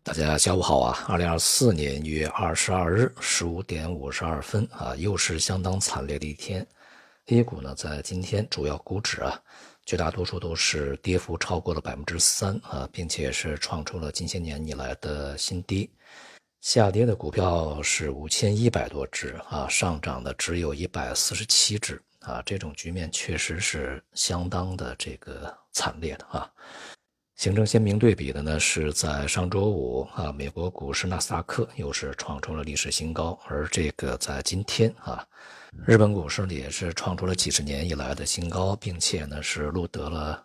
大家下午好啊！2024年1月22日15点52分啊，又是相当惨烈的一天。A 股呢，在今天主要股指啊，绝大多数都是跌幅超过了3%啊，并且是创出了近些年以来的新低。下跌的股票是5100多只啊，上涨的只有147只啊，这种局面确实是相当的惨烈的啊。形成鲜明对比的呢，是在上周五啊，美国股市纳斯达克又是创出了历史新高，而在今天啊，日本股市也是创出了几十年以来的新高，并且呢是录得了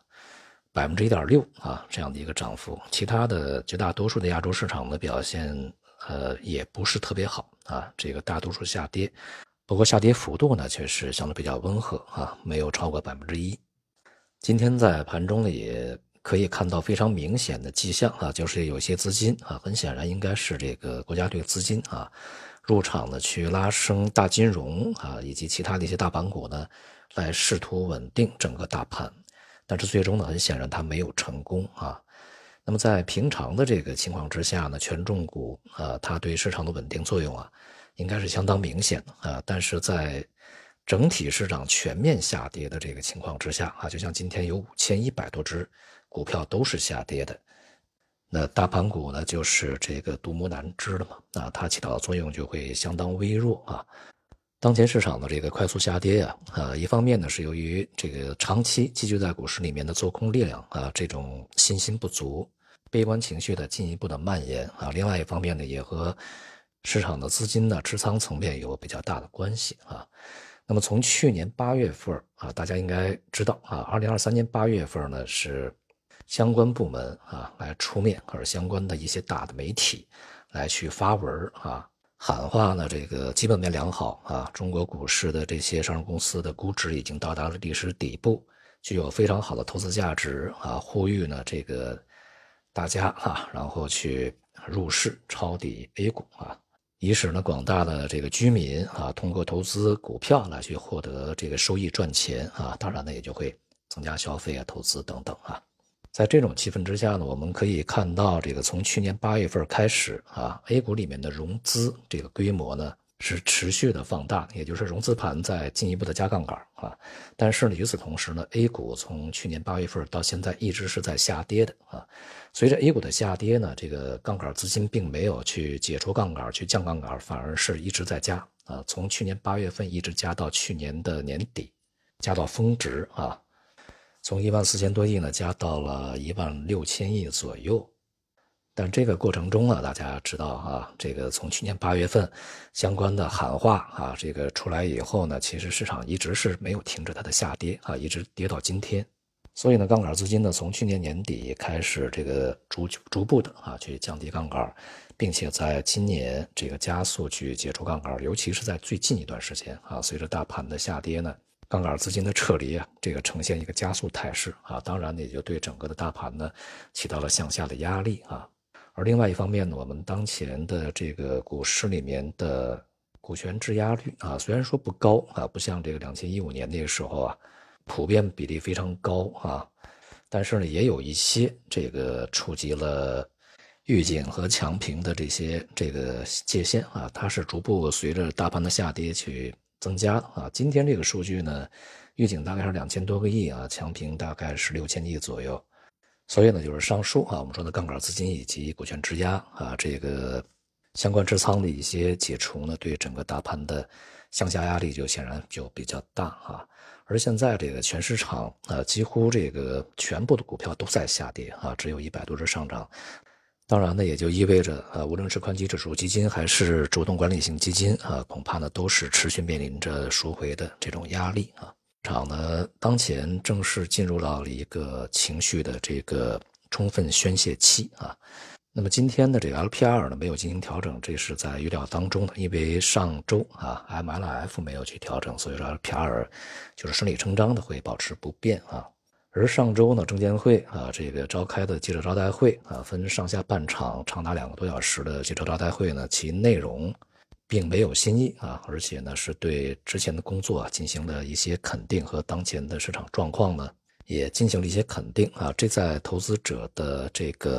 1.6%啊这样的一个涨幅。其他的绝大多数的亚洲市场的表现也不是特别好啊，大多数下跌，不过下跌幅度呢却是相对比较温和啊，没有超过1%。今天在盘中呢也可以看到非常明显的迹象啊，就是有些资金啊，很显然应该是国家队资金啊入场呢去拉升大金融啊以及其他的一些大盘股呢，来试图稳定整个大盘，但是最终呢很显然它没有成功啊。那么在平常的这个情况之下呢，权重股啊它对市场的稳定作用啊应该是相当明显的啊，但是在整体市场全面下跌的这个情况之下啊，就像今天有5100多只股票都是下跌的，那大盘股呢就是独木难支了嘛，啊，它起到的作用就会相当微弱啊。当前市场的快速下跌一方面呢是由于长期积聚在股市里面的做空力量啊，这种信心不足，悲观情绪的进一步的蔓延啊，另外一方面呢也和市场的资金呢持仓层面有比较大的关系啊。那么从去年8月份啊，大家应该知道啊，2023年8月份呢是相关部门啊来出面，或者相关的一些大的媒体来去发文啊，喊话呢基本面良好啊，中国股市的这些上市公司的估值已经到达了历史底部，具有非常好的投资价值啊，呼吁呢大家啊，然后去入市抄底 A 股啊。以使呢广大的居民啊，通过投资股票来去获得收益赚钱啊，当然呢也就会增加消费啊、投资等等啊。在这种气氛之下呢，我们可以看到从去年8月份开始啊 ，A 股里面的融资规模呢是持续的放大，也就是融资盘在进一步的加杠杆啊。但是呢，与此同时呢 ，A 股从去年8月份到现在一直是在下跌的啊。随着 A 股的下跌呢，杠杆资金并没有去解除杠杆、去降杠杆，反而是一直在加啊。从去年8月份一直加到去年的年底，加到峰值啊。从14000多亿呢加到了16000亿左右。但这个过程中啊，大家知道啊，从去年8月份相关的喊话啊，出来以后呢，其实市场一直是没有停止它的下跌啊，一直跌到今天。所以呢，杠杆资金呢从去年年底开始逐步的啊去降低杠杆，并且在今年加速去解除杠杆，尤其是在最近一段时间啊，随着大盘的下跌呢，杠杆资金的撤离啊，呈现一个加速态势啊，当然呢也就对整个的大盘呢起到了向下的压力啊。而另外一方面呢，我们当前的股市里面的股权质押率啊，虽然说不高啊，不像2015年那个时候啊，普遍比例非常高啊，但是呢，也有一些触及了预警和强平的这些界限啊，它是逐步随着大盘的下跌去增加的啊。今天这个数据呢，预警大概是2000多个亿啊，强平大概是6000亿左右。所以呢，就是上述啊，我们说的杠杆资金以及股权质押啊，相关持仓的一些解除呢，对整个大盘的向下压力就显然就比较大啊。而现在全市场啊，几乎全部的股票都在下跌啊，只有100多只上涨。当然呢，也就意味着无论是宽基指数基金还是主动管理型基金啊，恐怕呢都是持续面临着赎回的这种压力啊。市场呢，当前正式进入到了一个情绪的充分宣泄期啊。那么今天的LPR 呢没有进行调整，这是在预料当中的，因为上周啊 MLF 没有去调整，所以说 LPR 就是顺理成章的会保持不变啊。而上周呢，证监会啊召开的记者招待会啊，分上下半场长达2个多小时的记者招待会呢，其内容并没有新意啊，而且呢是对之前的工作进行了一些肯定，和当前的市场状况呢也进行了一些肯定啊，这在投资者的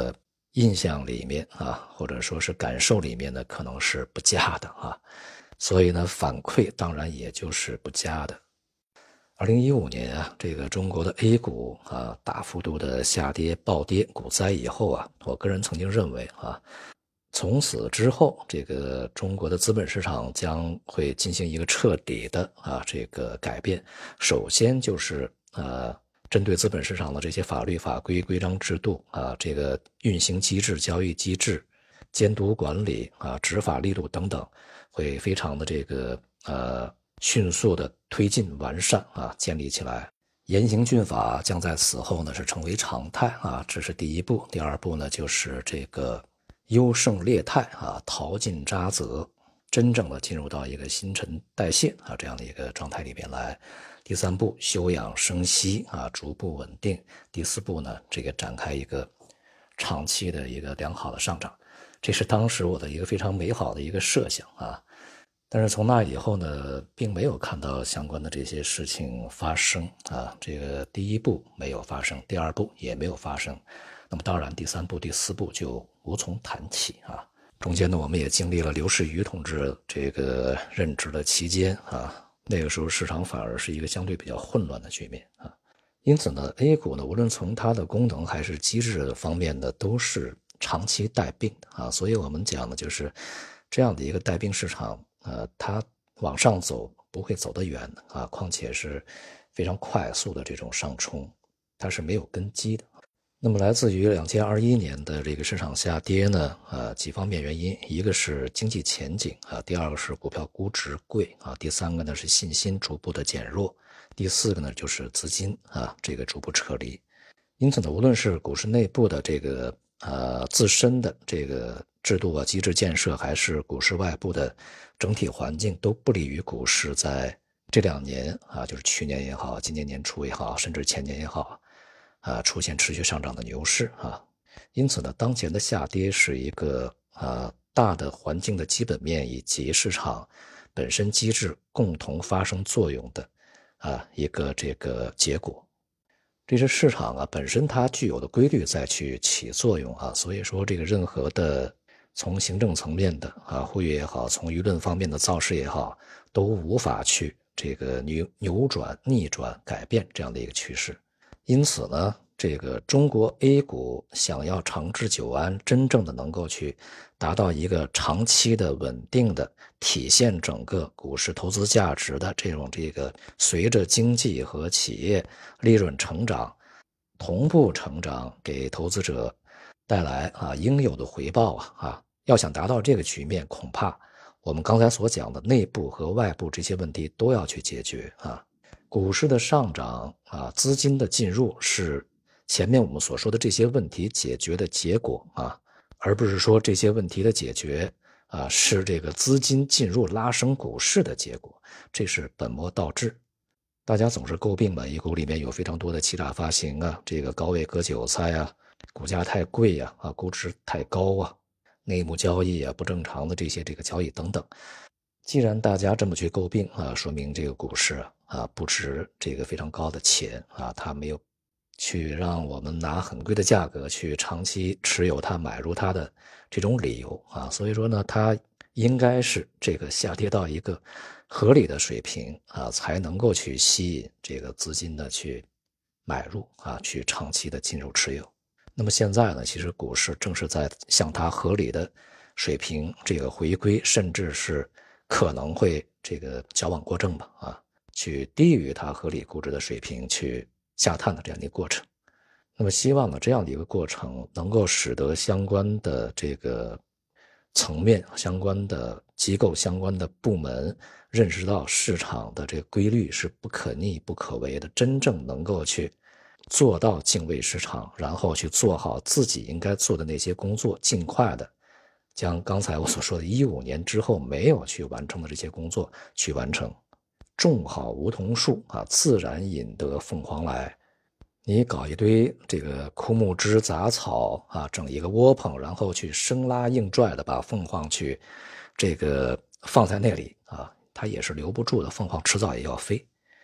印象里面啊，或者说是感受里面呢，可能是不佳的啊，所以呢，反馈当然也就是不佳的。2015年啊，这个中国的 A 股啊大幅度的下跌暴跌股灾以后啊，我个人曾经认为啊，从此之后，这个中国的资本市场将会进行一个彻底的这个改变。首先就是针对资本市场的这些法律法规、规章制度这个运行机制、交易机制、监督管理执法力度等等，会非常的这个迅速的推进完善建立起来。严刑峻法将在此后呢是成为常态这是第一步。第二步呢就是这个优胜劣汰淘尽渣滓，真正的进入到一个新陈代谢这样的一个状态里边来。第三步休养生息逐步稳定。第四步呢这个展开一个长期的一个良好的上涨，这是当时我的一个非常美好的一个设想但是从那以后呢，并没有看到相关的这些事情发生这个第一步没有发生，第二步也没有发生，那么当然第三步第四步就无从谈起中间呢我们也经历了刘士余同志这个任职的期间那个时候市场反而是一个相对比较混乱的局面因此呢 A 股呢无论从它的功能还是机制方面呢都是长期带病的所以我们讲的就是这样的一个带病市场它往上走不会走得远况且是非常快速的这种上冲，它是没有根基的。那么来自于2021年的这个市场下跌呢几方面原因，一个是经济前景第二个是股票估值贵第三个呢是信心逐步的减弱，第四个呢就是资金这个逐步撤离。因此呢无论是股市内部的这个自身的这个制度机制建设，还是股市外部的整体环境，都不利于股市在这2年就是去年也好，今年年初也好，甚至前年也好出现持续上涨的牛市因此呢当前的下跌是一个大的环境的基本面以及市场本身机制共同发生作用的一个这个结果。这是市场本身它具有的规律再去起作用所以说这个任何的从行政层面的呼吁也好，从舆论方面的造势也好，都无法去这个扭转、逆转、改变这样的一个趋势。因此呢这个中国 A 股想要长治久安，真正的能够去达到一个长期的稳定的体现整个股市投资价值的这个随着经济和企业利润成长同步成长，给投资者带来应有的回报要想达到这个局面，恐怕我们刚才所讲的内部和外部这些问题都要去解决股市的上涨资金的进入是前面我们所说的这些问题解决的结果而不是说这些问题的解决是这个资金进入拉升股市的结果，这是本末倒置。大家总是诟病A 股里面有非常多的欺诈发行这个高位割韭菜股价太贵估值太高内幕交易不正常的这个交易等等。既然大家这么去诟病说明这个股市不值这个非常高的钱它没有去让我们拿很贵的价格去长期持有它、买入它的这种理由所以说呢它应该是这个下跌到一个合理的水平才能够去吸引这个资金的去买入去长期的进入持有。那么现在呢其实股市正是在向它合理的水平这个回归，甚至是可能会这个矫枉过正去低于它合理估值的水平去下探的这样的一个过程。那么希望呢这样的一个过程能够使得相关的这个层面、相关的机构、相关的部门认识到市场的这个规律是不可逆不可为的，真正能够去做到敬畏市场，然后去做好自己应该做的那些工作，尽快的将刚才我所说的15年之后没有去完成的这些工作去完成。种好梧桐树自然引得凤凰来。你搞一堆这个枯木枝杂草整一个窝棚，然后去生拉硬拽的把凤凰去这个放在那里它也是留不住的，凤凰迟早也要飞。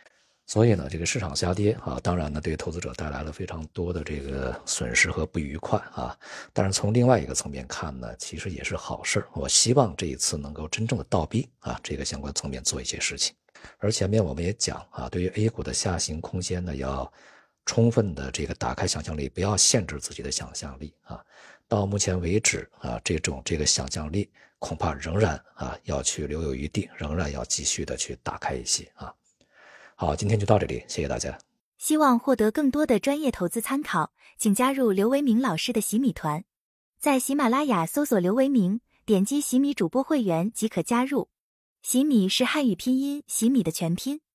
所以呢，这个市场下跌啊，当然呢，对投资者带来了非常多的这个损失和不愉快啊。但是从另外一个层面看呢，其实也是好事。我希望这一次能够真正的倒逼啊，这个相关层面做一些事情。而前面我们也讲啊，对于 A 股的下行空间呢，要充分的这个打开想象力，不要限制自己的想象力啊。到目前为止啊，这个想象力恐怕仍然啊要去留有余地，仍然要继续的去打开一些啊。好，今天就到这里，谢谢大家。 希望获得更多的专业投资参考，请加入刘维明老师的洗米团。在喜马拉雅搜索刘维明，点击洗米主播会员即可加入。洗米是汉语拼音洗米的全拼。